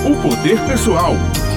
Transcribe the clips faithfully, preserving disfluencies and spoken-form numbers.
O Poder Pessoal.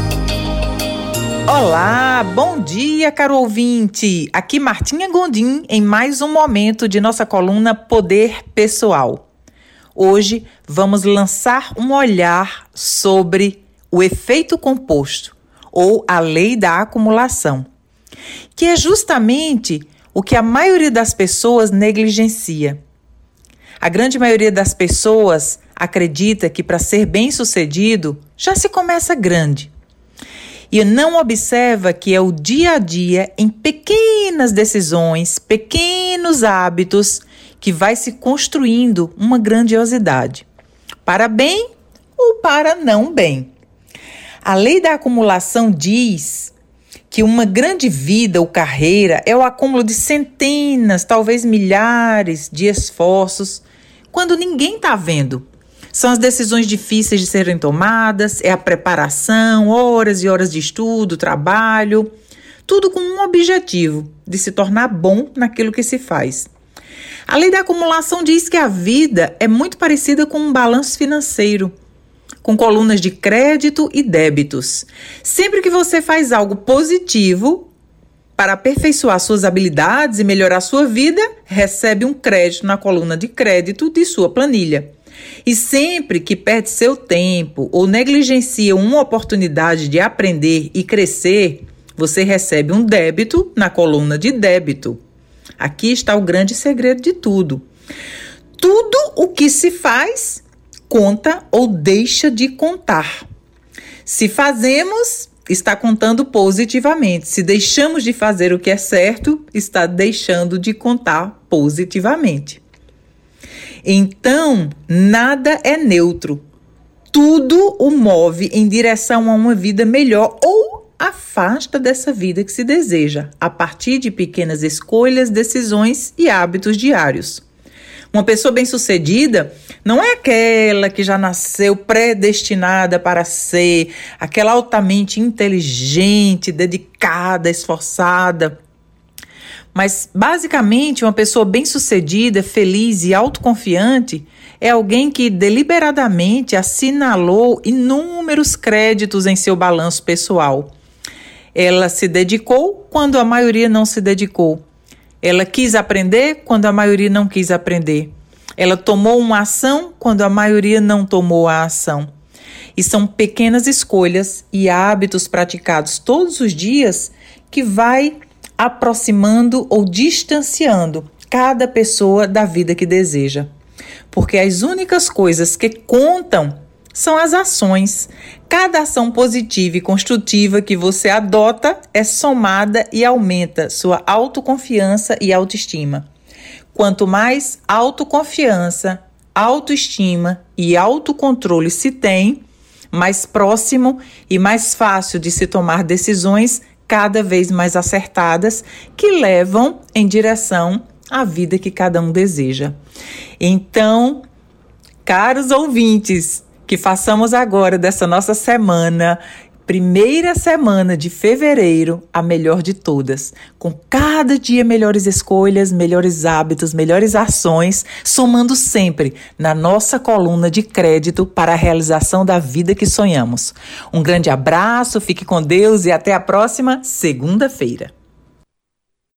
Olá, bom dia, caro ouvinte. Aqui Martinha Gondim em mais um momento de nossa coluna Poder Pessoal. Hoje vamos lançar um olhar sobre o efeito composto ou a lei da acumulação, que é justamente o que a maioria das pessoas negligencia. A grande maioria das pessoas acredita que para ser bem-sucedido já se começa grande. E não observa que é o dia a dia, em pequenas decisões, pequenos hábitos, que vai se construindo uma grandiosidade, para bem ou para não bem. A lei da acumulação diz que uma grande vida ou carreira é o acúmulo de centenas, talvez milhares de esforços, quando ninguém está vendo. São as decisões difíceis de serem tomadas, é a preparação, horas e horas de estudo, trabalho, tudo com um objetivo, de se tornar bom naquilo que se faz. A lei da acumulação diz que a vida é muito parecida com um balanço financeiro, com colunas de crédito e débitos. Sempre que você faz algo positivo para aperfeiçoar suas habilidades e melhorar sua vida, recebe um crédito na coluna de crédito de sua planilha. E sempre que perde seu tempo ou negligencia uma oportunidade de aprender e crescer, você recebe um débito na coluna de débito. Aqui está o grande segredo de tudo. Tudo o que se faz, conta ou deixa de contar. Se fazemos, está contando positivamente. Se deixamos de fazer o que é certo, está deixando de contar positivamente. Então, nada é neutro. Tudo o move em direção a uma vida melhor ou afasta dessa vida que se deseja, a partir de pequenas escolhas, decisões e hábitos diários. Uma pessoa bem-sucedida não é aquela que já nasceu predestinada para ser, aquela altamente inteligente, dedicada, esforçada. Mas, basicamente, uma pessoa bem-sucedida, feliz e autoconfiante é alguém que deliberadamente assinalou inúmeros créditos em seu balanço pessoal. Ela se dedicou quando a maioria não se dedicou. Ela quis aprender quando a maioria não quis aprender. Ela tomou uma ação quando a maioria não tomou a ação. E são pequenas escolhas e hábitos praticados todos os dias que vai aproximando ou distanciando cada pessoa da vida que deseja. Porque as únicas coisas que contam são as ações. Cada ação positiva e construtiva que você adota é somada e aumenta sua autoconfiança e autoestima. Quanto mais autoconfiança, autoestima e autocontrole se tem, mais próximo e mais fácil de se tomar decisões cada vez mais acertadas, que levam em direção à vida que cada um deseja. Então, caros ouvintes, que façamos agora dessa nossa semana, primeira semana de fevereiro, a melhor de todas, com cada dia melhores escolhas, melhores hábitos, melhores ações, somando sempre na nossa coluna de crédito para a realização da vida que sonhamos. Um grande abraço, fique com Deus e até a próxima segunda-feira.